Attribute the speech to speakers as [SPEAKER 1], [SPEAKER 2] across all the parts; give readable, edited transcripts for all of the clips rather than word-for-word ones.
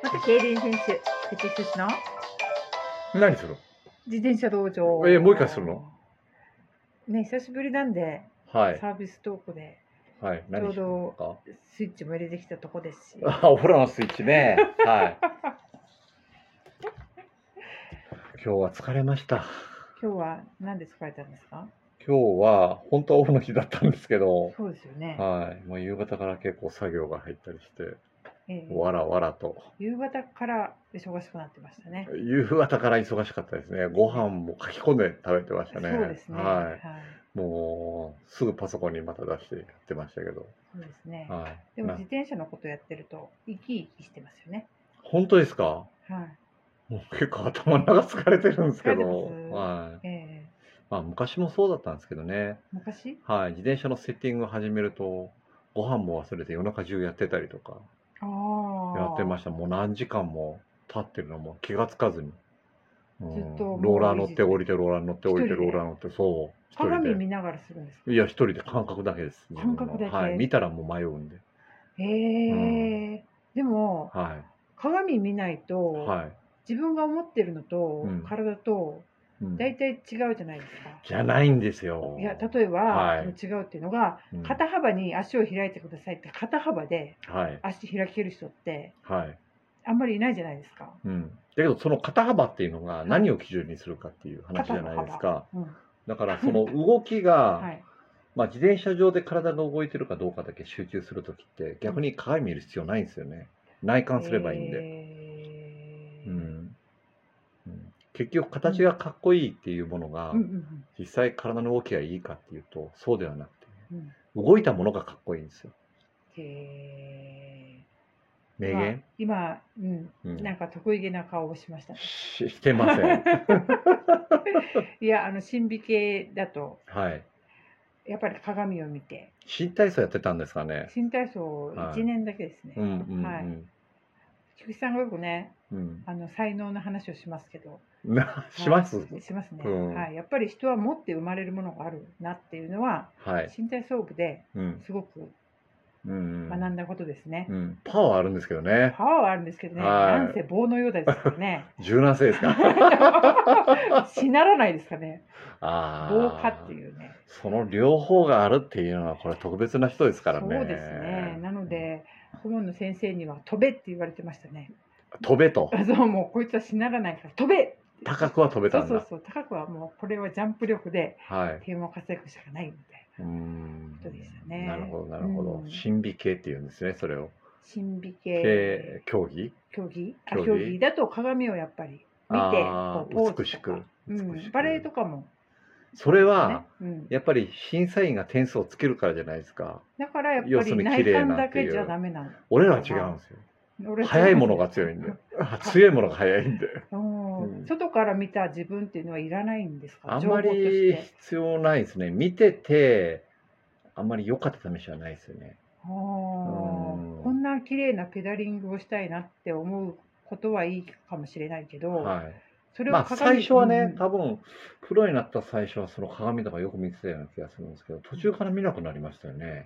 [SPEAKER 1] 元競輪選手、藤井寿の
[SPEAKER 2] 何する
[SPEAKER 1] 自転車道場。
[SPEAKER 2] もう一回するの？
[SPEAKER 1] ね、久しぶりなんで、
[SPEAKER 2] はい。
[SPEAKER 1] サービストークで
[SPEAKER 2] はい。
[SPEAKER 1] ちょ
[SPEAKER 2] 何しる
[SPEAKER 1] うど
[SPEAKER 2] の
[SPEAKER 1] スイッチも入れてきたとこですし、
[SPEAKER 2] かお風呂のスイッチね。はい。今日は疲れました。
[SPEAKER 1] 今日は何で疲れたんですか？
[SPEAKER 2] 今日は本当はオフの日だったんですけど、
[SPEAKER 1] そうですよね。
[SPEAKER 2] はい。もう夕方から結構作業が入ったりして、
[SPEAKER 1] ええ
[SPEAKER 2] わらわらと。
[SPEAKER 1] 夕方から忙しくなってましたね。
[SPEAKER 2] 夕方から忙しかったですね。ご飯も書き込んで食べてましたね。
[SPEAKER 1] そうですね。
[SPEAKER 2] は
[SPEAKER 1] はい。
[SPEAKER 2] い。もうすぐパソコンにまた出してやってましたけど。
[SPEAKER 1] そうですね。
[SPEAKER 2] はい。
[SPEAKER 1] でも自転車のことやってると生き生きしてますよね。
[SPEAKER 2] 本当ですか？
[SPEAKER 1] はい。
[SPEAKER 2] もう結構頭の中疲れてるんですけ
[SPEAKER 1] 疲れて
[SPEAKER 2] ど、
[SPEAKER 1] ます。
[SPEAKER 2] はい。
[SPEAKER 1] ええ
[SPEAKER 2] まあ昔もそうだったんですけどね。
[SPEAKER 1] 昔？
[SPEAKER 2] はい。自転車のセッティングを始めると、ご飯も忘れて夜中中やってたりとかやってました。もう何時間も経ってるのも気がつかずに。
[SPEAKER 1] ずっともう
[SPEAKER 2] ローラー乗って降りて、
[SPEAKER 1] 維持
[SPEAKER 2] ローラー乗って降りて、
[SPEAKER 1] 一人で
[SPEAKER 2] ローラー乗って、そう。一人で。
[SPEAKER 1] 鏡見ながらするんですか？
[SPEAKER 2] いや、一人で感覚だけです。自分の
[SPEAKER 1] 感覚だけ
[SPEAKER 2] はい。見たらもう迷うんで。
[SPEAKER 1] でも
[SPEAKER 2] は
[SPEAKER 1] 鏡見ない
[SPEAKER 2] い。
[SPEAKER 1] と
[SPEAKER 2] はい。
[SPEAKER 1] 自分が思ってるのと
[SPEAKER 2] うん
[SPEAKER 1] 体と
[SPEAKER 2] うん
[SPEAKER 1] 大体違うじゃないですか。
[SPEAKER 2] じゃないんですよ。
[SPEAKER 1] いや、例えば、
[SPEAKER 2] はい。
[SPEAKER 1] その違うっていうのが、
[SPEAKER 2] うん
[SPEAKER 1] 肩幅に足を開いてくださいって肩幅で
[SPEAKER 2] はい。
[SPEAKER 1] 足開ける人って
[SPEAKER 2] はい。
[SPEAKER 1] あんまりいないじゃないですか。
[SPEAKER 2] だけどその肩幅っていうのが
[SPEAKER 1] い
[SPEAKER 2] 何を基準にするかっていう話じゃ
[SPEAKER 1] 肩の幅。
[SPEAKER 2] ないですか。
[SPEAKER 1] うん。
[SPEAKER 2] だからその動きが、
[SPEAKER 1] はい。
[SPEAKER 2] まあ、自転車上で体が動いてるかどうかだけ集中するときって逆に鏡見る必要ないんですよね。内観すればいいんで。結局形がかっこいいっていうものが、実際体の動きがいいかっていうとそうではなくて、動いたものがかっこいいんですよ。名言
[SPEAKER 1] 今、なんか得意げな顔をしましたね。
[SPEAKER 2] してません。
[SPEAKER 1] いや、審美系だと、
[SPEAKER 2] はい。
[SPEAKER 1] やっぱり鏡を見て。
[SPEAKER 2] 新体操やってたんですかね。
[SPEAKER 1] 新体操1年だけですね。はい。菊池さんがよくね、才能の話をしますけど。
[SPEAKER 2] します
[SPEAKER 1] しますね。はい。やっぱり人は持って生まれるものがあるなっていうのは、新体操部ですごく学んだことですね。
[SPEAKER 2] パワーあるんですけどね。
[SPEAKER 1] パワーはあるんですけどね。なんせ棒のようですからね。
[SPEAKER 2] 柔軟性ですか？
[SPEAKER 1] しならないですかね。
[SPEAKER 2] あ
[SPEAKER 1] 棒かっていうね。
[SPEAKER 2] その両方があるっていうのはこれ特別な人ですからね。
[SPEAKER 1] そうですね。なので、顧問の先生には飛べって言われてましたね。
[SPEAKER 2] 飛べと。
[SPEAKER 1] そう、もうこいつはしならないから飛べ。
[SPEAKER 2] 高くは飛べたんだ。
[SPEAKER 1] そう、高くはもうこれはジャンプ力で点を稼ぐしかないみたいなことでしたね。
[SPEAKER 2] なるほど、なるほど。神美系っていうんですね、それを。
[SPEAKER 1] 神美系
[SPEAKER 2] 競技
[SPEAKER 1] だと鏡をやっぱり見てポーズとかバレエとかも
[SPEAKER 2] それはやっぱり審査員が点数をつけるからじゃないですか。
[SPEAKER 1] だからやっぱり内観だけじゃダメなの。
[SPEAKER 2] 俺らは違うんですよ。速いものが強いんで、強いものが速いんで。
[SPEAKER 1] 外から見た自分っていうのはいらないんですか？
[SPEAKER 2] あんまり必要ないですね。見ててあんまり良かった試しはないですよね。
[SPEAKER 1] こんな綺麗なペダリングをしたいなって思うことはいいかもしれないけど、それを
[SPEAKER 2] 最初はね、多分プロになった最初はその鏡とかよく見てたような気がするんですけど、途中から見なくなりましたよね。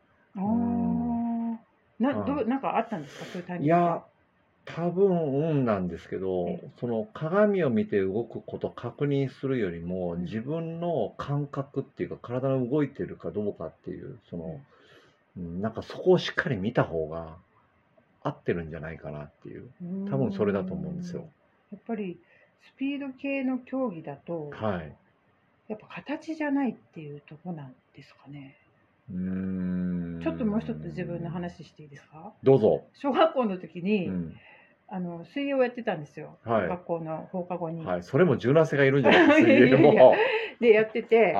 [SPEAKER 1] なんかあったんですか？そういうタイミング。
[SPEAKER 2] いや、多分なんですけど、その鏡を見て動くこと確認するよりも、自分の感覚っていうか体が動いてるかどうかっていうその、なんかそこをしっかり見た方が合ってるんじゃないかなっていう、多分それだと思うんですよ。
[SPEAKER 1] やっぱりスピード系の競技だと、やっぱ形じゃないっていうとこなんですかね。ちょっともう一つ自分の話していいですか？
[SPEAKER 2] どうぞ。
[SPEAKER 1] 小学校の時に、水泳をやってたんですよ。学校の放課後に。
[SPEAKER 2] それも柔軟性がいるんじゃないですか、水泳も。
[SPEAKER 1] でやってて、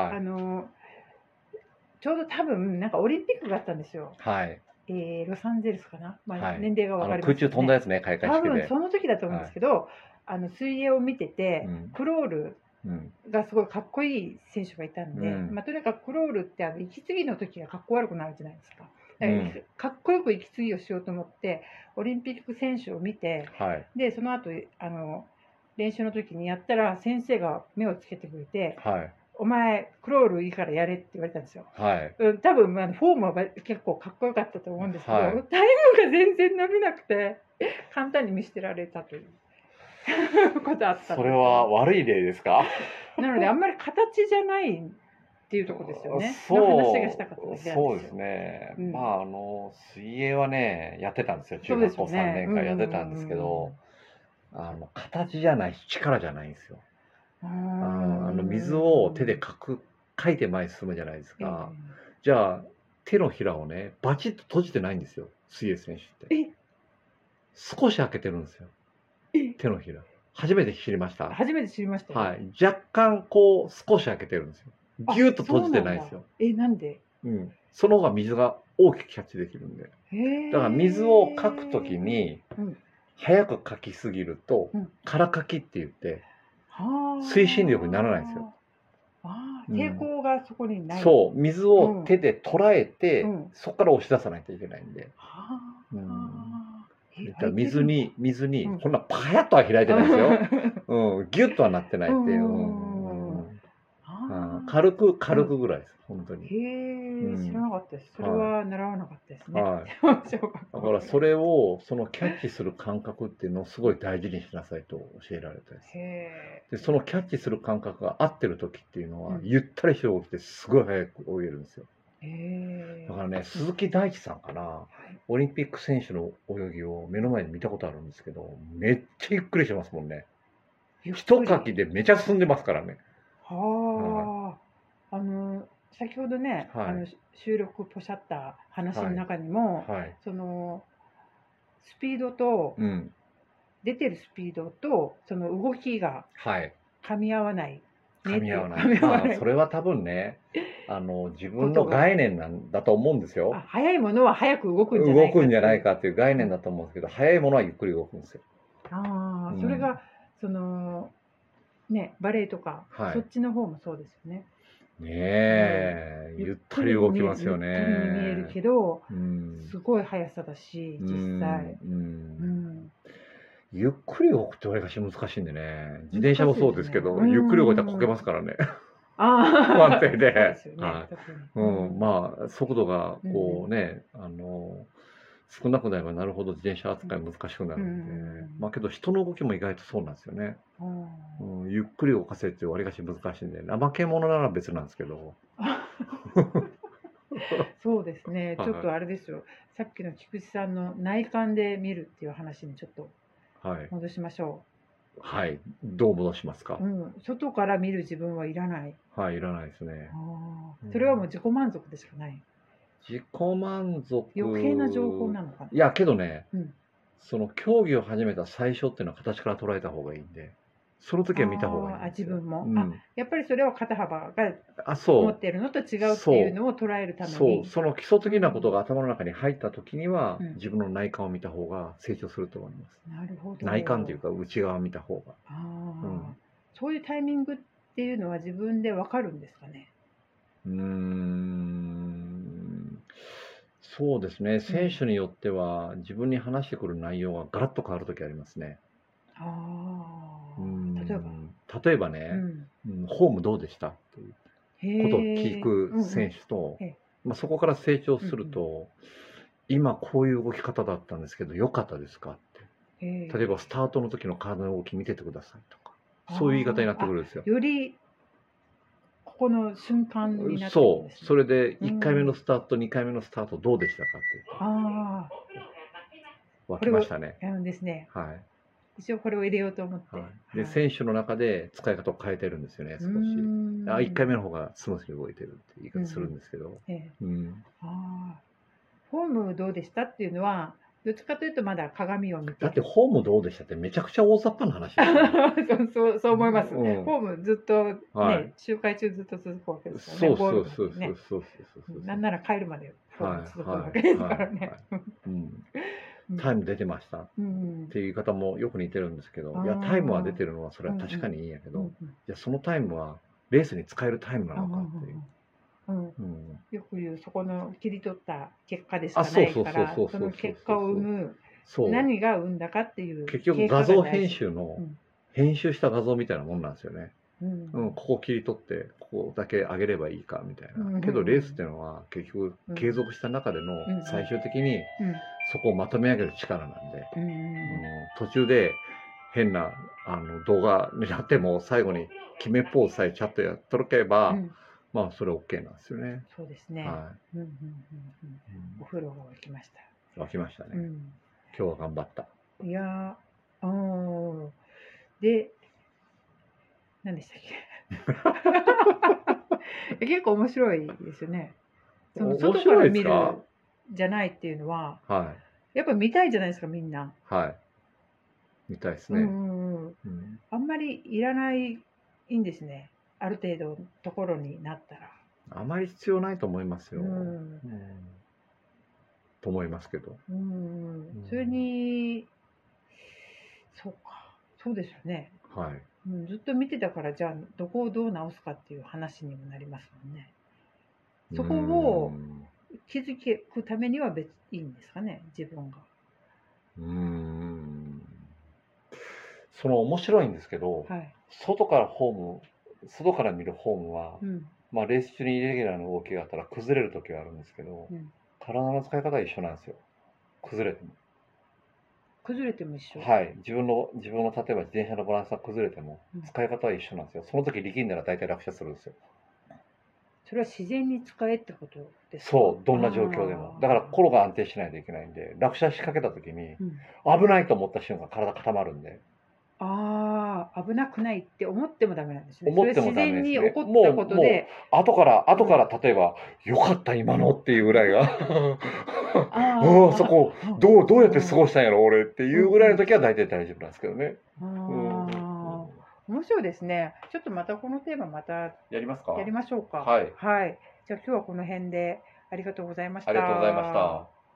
[SPEAKER 1] ちょうど多分なんかオリンピックがあったんですよ。ロサンゼルスかな。年齢が分かりますね。
[SPEAKER 2] 空中飛んだやつね、開会式で。
[SPEAKER 1] 多分その時だと思うんですけど、水泳を見てて、クロールがすごいかっこいい選手がいたんで、とにかくクロールって息継ぎの時がかっこ悪くなるじゃないですか。かっこよく息継ぎをしようと思ってオリンピック選手を見て、でその後練習の時にやったら先生が目をつけてくれて、お前クロールいいからやれって言われたんですよ。多分フォームは結構かっこよかったと思うんですけど、タイムが全然伸びなくて。 簡単に見捨てられたということあったんですよ。
[SPEAKER 2] それは悪い例ですか？
[SPEAKER 1] なのであんまり形じゃないっていうところですよね。の話がしたかっただけなんですよ。
[SPEAKER 2] そうですね。まあ水泳はねやってたんですよ。中学校3年間やってたんですけど、形じゃないし力じゃないんですよ。水を手でかいて前に進むじゃないですか。じゃあ手のひらをねバチッと閉じてないんですよ、水泳選手って。少し開けてるんですよ、手のひら。初めて知りました。
[SPEAKER 1] 初めて知りましたよ。
[SPEAKER 2] はい、若干こう少し開けてるんですよ。ギュッと閉じてないんですよ。
[SPEAKER 1] なんで？
[SPEAKER 2] その方が水が大きくキャッチできるんで。だから水をかくときに早くかきすぎると空かきって言って推進力にならないんですよ。
[SPEAKER 1] 抵抗がそこにない。
[SPEAKER 2] そう、水を手で捉えて、そこから押し出さないといけないんで。水にこんなパヤッとは開いてないですよ。ギュッとはなってないっていう。軽くぐらいです、本当に。
[SPEAKER 1] 知らなかったです。それは習わなかったですね。
[SPEAKER 2] だからそれをそのキャッチする感覚っていうのをすごい大事にしなさいと教えられたです。でそのキャッチする感覚が合ってる時っていうのは、ゆったりして動きてすごい速く泳げるんですよ。だからね、鈴木大地さんかな、オリンピック選手の泳ぎを目の前に見たことあるんですけど、めっちゃゆっくりしてますもんね。一かきでめちゃ進んでますからね。
[SPEAKER 1] 先ほどね、収録ポシャった話の中にも、そのスピードと、出てるスピードとその動きが噛み合わない。
[SPEAKER 2] 噛み合わない。それは多分ね、自分の概念なんだと思うんですよ。
[SPEAKER 1] 速いものは速く動くん
[SPEAKER 2] じゃないかっていう概念だと思うんですけど、速いものはゆっくり動くんですよ。
[SPEAKER 1] それがそのね、バレエとか、そっちの方もそうですよね。
[SPEAKER 2] ゆったり動きますよね。
[SPEAKER 1] ゆったりに見えるけど、すごい速さだし、実際。
[SPEAKER 2] ゆっくり動くってわりかし難しいんでね。自転車もそうですけど、ゆっくり動いたらこけますからね。不安定で。まあ速度がこうね、少なくなればなるほど自転車扱い難しくなるんで、まあけど人の動きも意外とそうなんですよね。ゆっくり動かせってわりかし難しいんで、怠け者なら別なんですけど。
[SPEAKER 1] そうですね。ちょっとあれですよ。さっきの菊池さんの内観で見るっていう話にちょっと戻しましょ
[SPEAKER 2] う。はい。どう戻しますか？
[SPEAKER 1] 外から見る自分はいらない。
[SPEAKER 2] はい、いらないですね。
[SPEAKER 1] それはもう自己満足でしかない。
[SPEAKER 2] 自己満足。
[SPEAKER 1] 余計な情報なのかな。
[SPEAKER 2] いやけどね、その競技を始めた最初っていうのは形から捉えた方がいいんで、その時は見た方がいいんですよ。
[SPEAKER 1] 自分も、やっぱりそれは肩幅が思っているのと違うっていうのを捉えるために、
[SPEAKER 2] その基礎的なことが頭の中に入った時には、自分の内観を見た方が成長すると思います。
[SPEAKER 1] なるほど。
[SPEAKER 2] 内観というか内側を見た方が。
[SPEAKER 1] そういうタイミングっていうのは自分でわかるんですかね。
[SPEAKER 2] そうですね。選手によっては自分に話してくる内容がガラッと変わる時ありますね。例えばね、フォームどうでしたっていうことを聞く選手と、そこから成長すると、今こういう動き方だったんですけど良かったですかって、例えばスタートの時の体の動き見ててくださいとか、そういう言い方になってくるんですよ。
[SPEAKER 1] よりここの瞬間になってくるんですね。
[SPEAKER 2] それで1回目のスタート、2回目のスタートどうでしたかっていうと、湧きましたね。
[SPEAKER 1] ですね。
[SPEAKER 2] はい。
[SPEAKER 1] 一応これを入れようと思って。
[SPEAKER 2] で、選手の中で使い方を変えてるんですよね、少し。1回目の方がスムーズに動いてるって言い方するんですけど。
[SPEAKER 1] フォームどうでしたっていうのは、どっちかというとまだ鏡を見て。
[SPEAKER 2] だってフォームどうでしたってめちゃくちゃ大雑把な話
[SPEAKER 1] そう思います。フォームずっとね、周回中ずっと続くわけですよね。そう。なんなら帰るまでフォーム続くわけですからね。
[SPEAKER 2] タイム出てましたっていう言い方もよく似てるんですけど、いやタイムは出てるのはそれは確かにいいんやけど、じゃそのタイムはレースに使えるタイムなのかっていう。
[SPEAKER 1] よく言うそこの切り取った結果でしかないから、その結果を生む何が生んだかっていう。
[SPEAKER 2] 結局画像編集の編集した画像みたいなもんなんですよね。 ここ切り取ってここだけ上げればいいかみたいな。けどレースっていうのは結局継続した中での最終的にそこをまとめ上げる力なんで、途中で変な動画になっても最後に決めポーズさえちゃんとやっとけば、まあそれ OK なんですよね。
[SPEAKER 1] そうですね。はい。お風呂が沸きました。
[SPEAKER 2] 沸きましたね。今日は頑張った。
[SPEAKER 1] いやで、何でしたっけ結構面白いですよね。その外から見るじゃないっていうのは、やっぱ見たいじゃないですか、みんな。
[SPEAKER 2] 見たいですね。
[SPEAKER 1] あんまりいらないんですね。ある程度のところになったら。
[SPEAKER 2] あまり必要ないと思いますよ。と思いますけど。
[SPEAKER 1] それに、そうか、そうですよね。ずっと見てたから、じゃあどこをどう直すかっていう話にもなりますもんね。そこを気づくためには別いいんですかね、自分が。
[SPEAKER 2] その面白いんですけど、外から見るフォームは、まあレース中にイレギュラーの動きがあったら崩れる時はあるんですけど、体の使い方は一緒なんですよ。崩れても。
[SPEAKER 1] 崩れても一緒。
[SPEAKER 2] はい。自分の例えば自転車のバランスが崩れても、使い方は一緒なんですよ。その時力んだら大体落車するんですよ。
[SPEAKER 1] それは自然に使えってことですか？
[SPEAKER 2] そう、どんな状況でも。だから心が安定しないといけないんで、落車しかけた時に、危ないと思った瞬間体固まるんで。
[SPEAKER 1] 危なくないって思ってもダメなんですね。
[SPEAKER 2] 思ってもダメですね。
[SPEAKER 1] 自然に起こったことで。
[SPEAKER 2] もう後から例えば、よかった今のっていうぐらいがそこどうやって過ごしたんやろ俺っていうぐらいの時は大体大丈夫なんですけどね。
[SPEAKER 1] 面白いですね。ちょっとまたこのテーマまた
[SPEAKER 2] やりますか？
[SPEAKER 1] やりましょうか。
[SPEAKER 2] はい。
[SPEAKER 1] じゃあ今日はこの辺でありがとうございました。
[SPEAKER 2] ありがとうございました。